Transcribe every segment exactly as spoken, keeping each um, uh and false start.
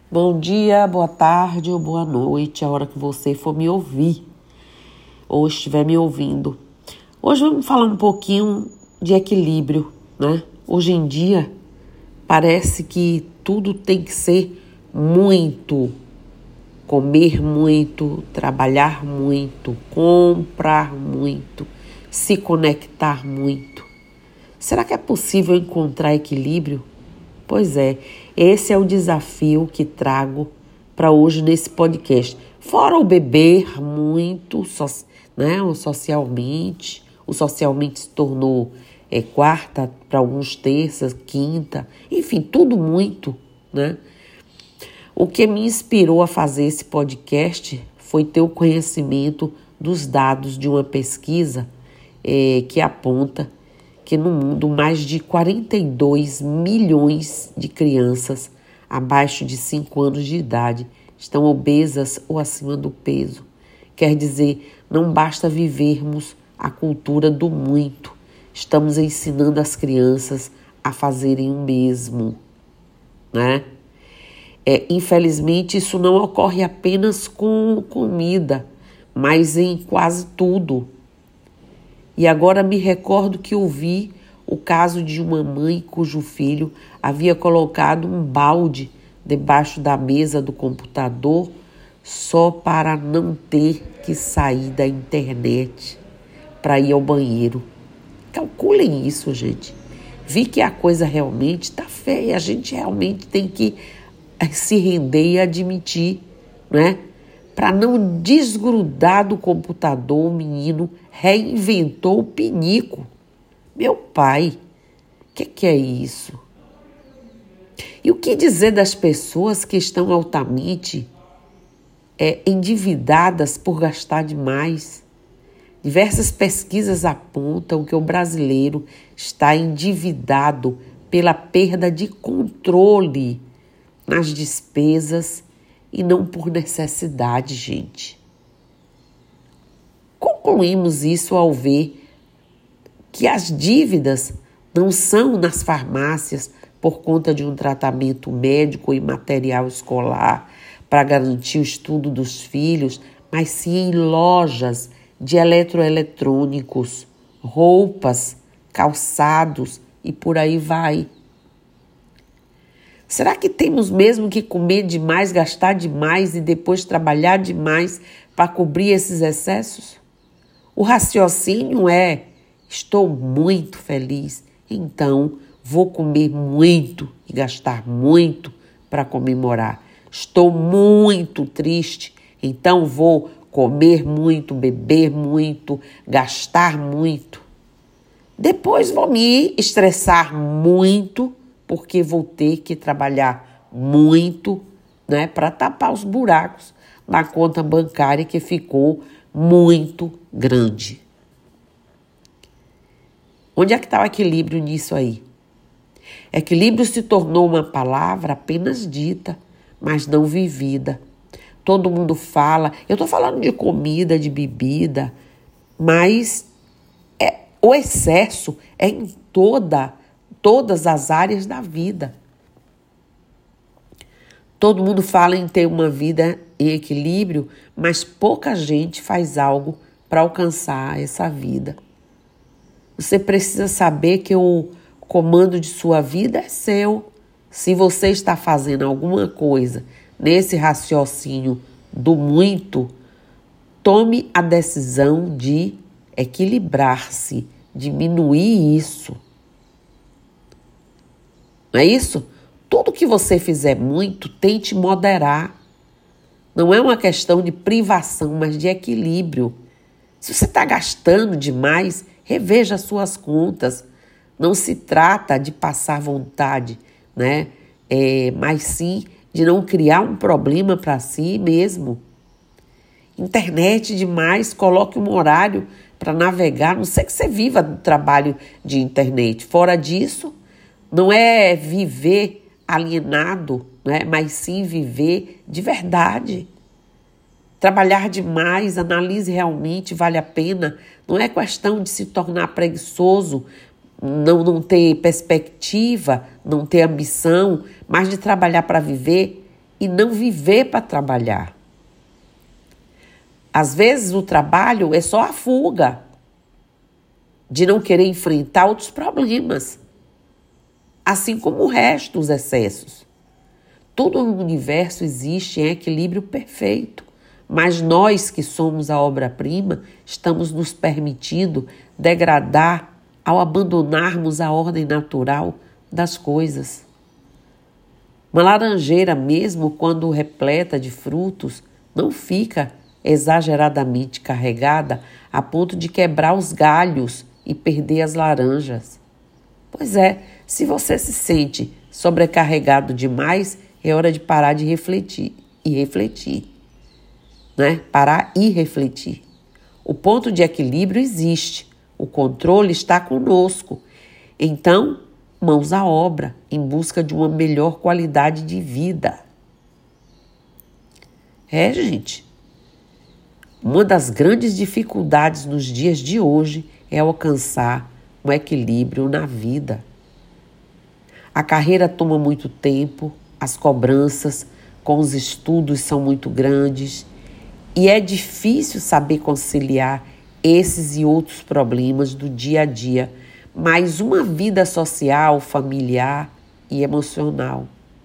Bom dia, boa tarde ou boa noite, a hora que você for me ouvir ou estiver me ouvindo. Hoje vamos falar um pouquinho de equilíbrio, né? Hoje em dia parece que tudo tem que ser muito, comer muito, trabalhar muito, comprar muito, se conectar muito. Será que é possível encontrar equilíbrio? Pois é, esse é o desafio que trago para hoje nesse podcast. Fora o beber muito, so, né, o socialmente, o socialmente se tornou é, quarta, para alguns terças, quinta, enfim, tudo muito, né? O que me inspirou a fazer esse podcast foi ter o conhecimento dos dados de uma pesquisa é, que aponta que no mundo mais de quarenta e dois milhões de crianças abaixo de cinco anos de idade estão obesas ou acima do peso. Quer dizer, não basta vivermos a cultura do muito, estamos ensinando as crianças a fazerem o mesmo, né? É, infelizmente, isso não ocorre apenas com comida, mas em quase tudo. E agora me recordo que ouvi o caso de uma mãe cujo filho havia colocado um balde debaixo da mesa do computador só para não ter que sair da internet para ir ao banheiro. Calculem isso, gente. Vi que a coisa realmente está feia. A gente realmente tem que se render e admitir, né? Para não desgrudar do computador, o menino reinventou o pinico. Meu pai, o que, que é isso? E o que dizer das pessoas que estão altamente é, endividadas por gastar demais? Diversas pesquisas apontam que o brasileiro está endividado pela perda de controle nas despesas e não por necessidade, gente. Concluímos isso ao ver que as dívidas não são nas farmácias por conta de um tratamento médico e material escolar para garantir o estudo dos filhos, mas sim em lojas de eletroeletrônicos, roupas, calçados e por aí vai. Será que temos mesmo que comer demais, gastar demais e depois trabalhar demais para cobrir esses excessos? O raciocínio é: estou muito feliz, então vou comer muito e gastar muito para comemorar. Estou muito triste, então vou comer muito, beber muito, gastar muito. Depois vou me estressar muito, porque vou ter que trabalhar muito, né, para tapar os buracos na conta bancária que ficou muito grande. Onde é que está o equilíbrio nisso aí? Equilíbrio se tornou uma palavra apenas dita, mas não vivida. Todo mundo fala, eu estou falando de comida, de bebida, mas é, o excesso é em toda todas as áreas da vida. Todo mundo fala em ter uma vida em equilíbrio, mas pouca gente faz algo para alcançar essa vida. Você precisa saber que o comando de sua vida é seu. Se você está fazendo alguma coisa nesse raciocínio do muito, tome a decisão de equilibrar-se, diminuir isso. Não é isso? Tudo que você fizer muito, tente moderar. Não é uma questão de privação, mas de equilíbrio. Se você está gastando demais, reveja as suas contas. Não se trata de passar vontade, né? É, mas sim de não criar um problema para si mesmo. Internet demais, coloque um horário para navegar. Não sei que você viva do trabalho de internet. Fora disso, não é viver alienado, né? Mas sim viver de verdade. Trabalhar demais, analise realmente, vale a pena. Não é questão de se tornar preguiçoso, não, não ter perspectiva, não ter ambição, mas de trabalhar para viver. e não viver para trabalhar. Às vezes o trabalho é só a fuga de não querer enfrentar outros problemas, assim como o resto dos excessos. Tudo no universo existe em equilíbrio perfeito, mas nós que somos a obra-prima estamos nos permitindo degradar ao abandonarmos a ordem natural das coisas. Uma laranjeira, mesmo quando repleta de frutos, não fica exageradamente carregada a ponto de quebrar os galhos e perder as laranjas. Pois é, se você se sente sobrecarregado demais, é hora de parar de refletir e refletir, né? Parar e refletir. O ponto de equilíbrio existe, o controle está conosco. Então, mãos à obra, em busca de uma melhor qualidade de vida. É, gente. Uma das grandes dificuldades nos dias de hoje é alcançar um equilíbrio na vida. A carreira toma muito tempo, as cobranças com os estudos são muito grandes e é difícil saber conciliar esses e outros problemas do dia a dia, mais uma vida social, familiar e emocional.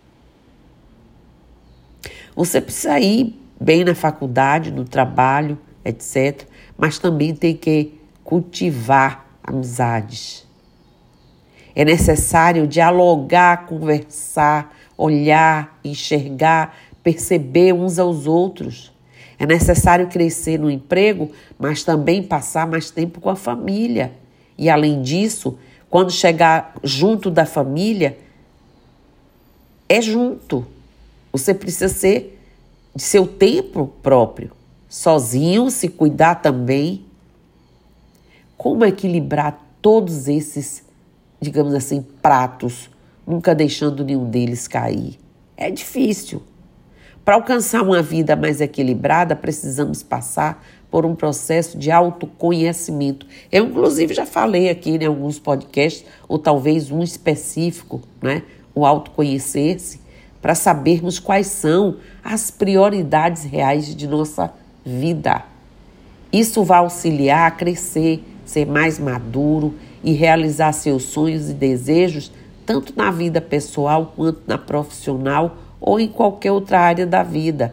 Você precisa ir bem na faculdade, no trabalho, etcétera, mas também tem que cultivar amizades. É necessário dialogar, conversar, olhar, enxergar, perceber uns aos outros. É necessário crescer no emprego, mas também passar mais tempo com a família. E, além disso, quando chegar junto da família, é junto. Você precisa ser de seu tempo próprio, sozinho, se cuidar também. Como equilibrar todos esses, digamos assim, pratos, nunca deixando nenhum deles cair? É difícil. Para alcançar uma vida mais equilibrada, precisamos passar por um processo de autoconhecimento. Eu, inclusive, já falei aqui em alguns podcasts, ou talvez um específico, né? O autoconhecer-se, para sabermos quais são as prioridades reais de nossa vida. Isso vai auxiliar a crescer, ser mais maduro e realizar seus sonhos e desejos, tanto na vida pessoal quanto na profissional ou em qualquer outra área da vida.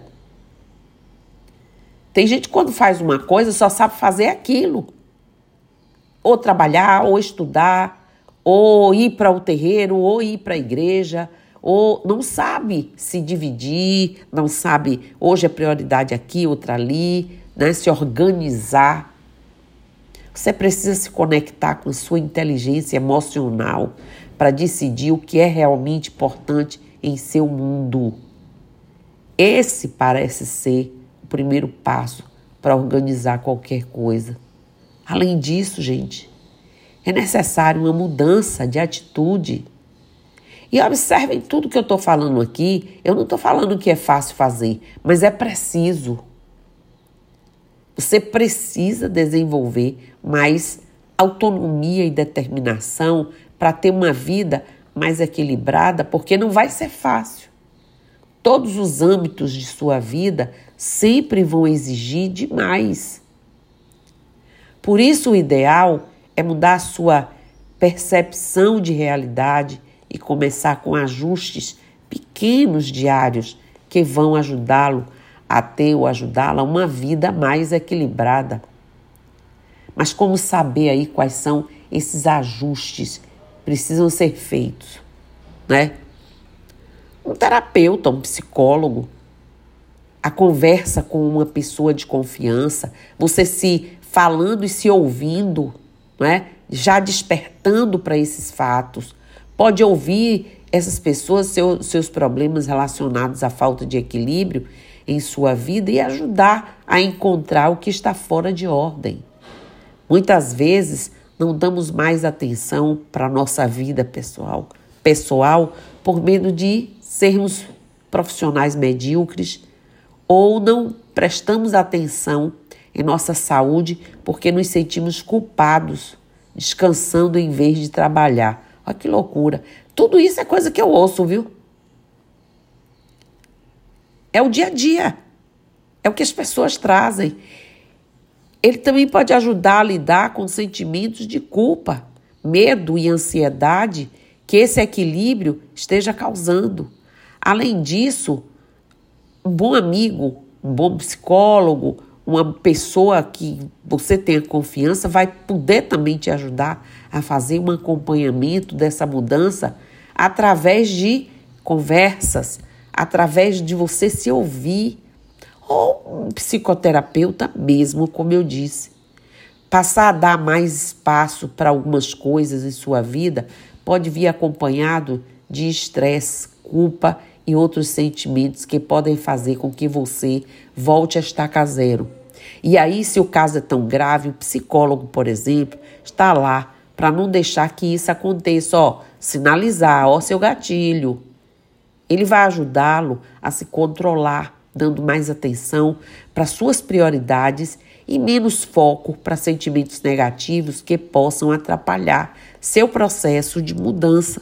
Tem gente que quando faz uma coisa só sabe fazer aquilo. Ou trabalhar, ou estudar, ou ir para o terreiro, ou ir para a igreja, ou não sabe se dividir, não sabe, hoje é prioridade aqui, outra ali, né? Se organizar. Você precisa se conectar com a sua inteligência emocional para decidir o que é realmente importante em seu mundo. Esse parece ser o primeiro passo para organizar qualquer coisa. Além disso, gente, é necessário uma mudança de atitude. E observem tudo que eu estou falando aqui, eu não estou falando que é fácil fazer, mas é preciso. Você precisa desenvolver mais autonomia e determinação para ter uma vida mais equilibrada, porque não vai ser fácil. Todos os âmbitos de sua vida sempre vão exigir demais. Por isso, o ideal é mudar a sua percepção de realidade e começar com ajustes pequenos diários que vão ajudá-lo a ter ou ajudá-la a uma vida mais equilibrada. Mas como saber aí quais são esses ajustes que precisam ser feitos, né? Um terapeuta, um psicólogo, a conversa com uma pessoa de confiança, você se falando e se ouvindo, né? Já despertando para esses fatos. Pode ouvir essas pessoas, seu, seus problemas relacionados à falta de equilíbrio em sua vida e ajudar a encontrar o que está fora de ordem. Muitas vezes não damos mais atenção para a nossa vida pessoal, pessoal por medo de sermos profissionais medíocres ou não prestamos atenção em nossa saúde porque nos sentimos culpados, descansando em vez de trabalhar. Olha que loucura. Tudo isso é coisa que eu ouço, viu? É o dia a dia. É o que as pessoas trazem. Ele também pode ajudar a lidar com sentimentos de culpa, medo e ansiedade que esse equilíbrio esteja causando. Além disso, um bom amigo, um bom psicólogo, uma pessoa que você tenha confiança vai poder também te ajudar a fazer um acompanhamento dessa mudança através de conversas, através de você se ouvir, ou um psicoterapeuta mesmo, como eu disse. Passar a dar mais espaço para algumas coisas em sua vida pode vir acompanhado de estresse, culpa e outros sentimentos que podem fazer com que você volte a estaca zero. E aí, se o caso é tão grave, o psicólogo, por exemplo, está lá para não deixar que isso aconteça, ó, sinalizar, ó, seu gatilho. Ele vai ajudá-lo a se controlar, dando mais atenção para suas prioridades e menos foco para sentimentos negativos que possam atrapalhar seu processo de mudança.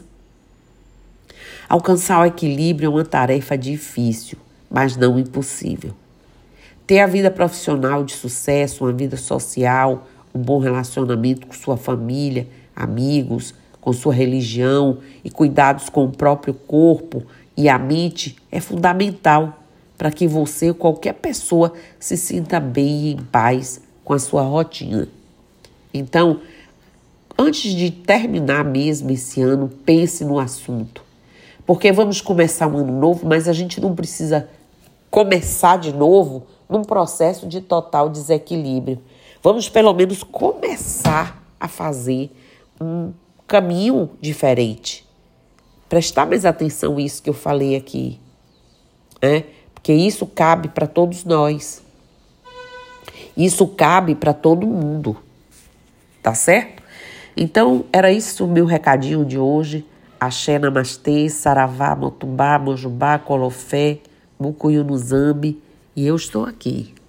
Alcançar o equilíbrio é uma tarefa difícil, mas não impossível. Ter a vida profissional de sucesso, uma vida social, um bom relacionamento com sua família, amigos, com sua religião e cuidados com o próprio corpo e a mente é fundamental para que você ou qualquer pessoa se sinta bem e em paz com a sua rotina. Então, antes de terminar mesmo esse ano, pense no assunto. Porque vamos começar um ano novo, mas a gente não precisa começar de novo num processo de total desequilíbrio. Vamos pelo menos começar a fazer um caminho diferente. Prestar mais atenção nisso que eu falei aqui, né? Porque isso cabe para todos nós. Isso cabe para todo mundo. Tá certo? Então, era isso o meu recadinho de hoje. Axé, namastê, saravá, motumbá, mojubá, colofé, mucuyu no zambi. E eu estou aqui.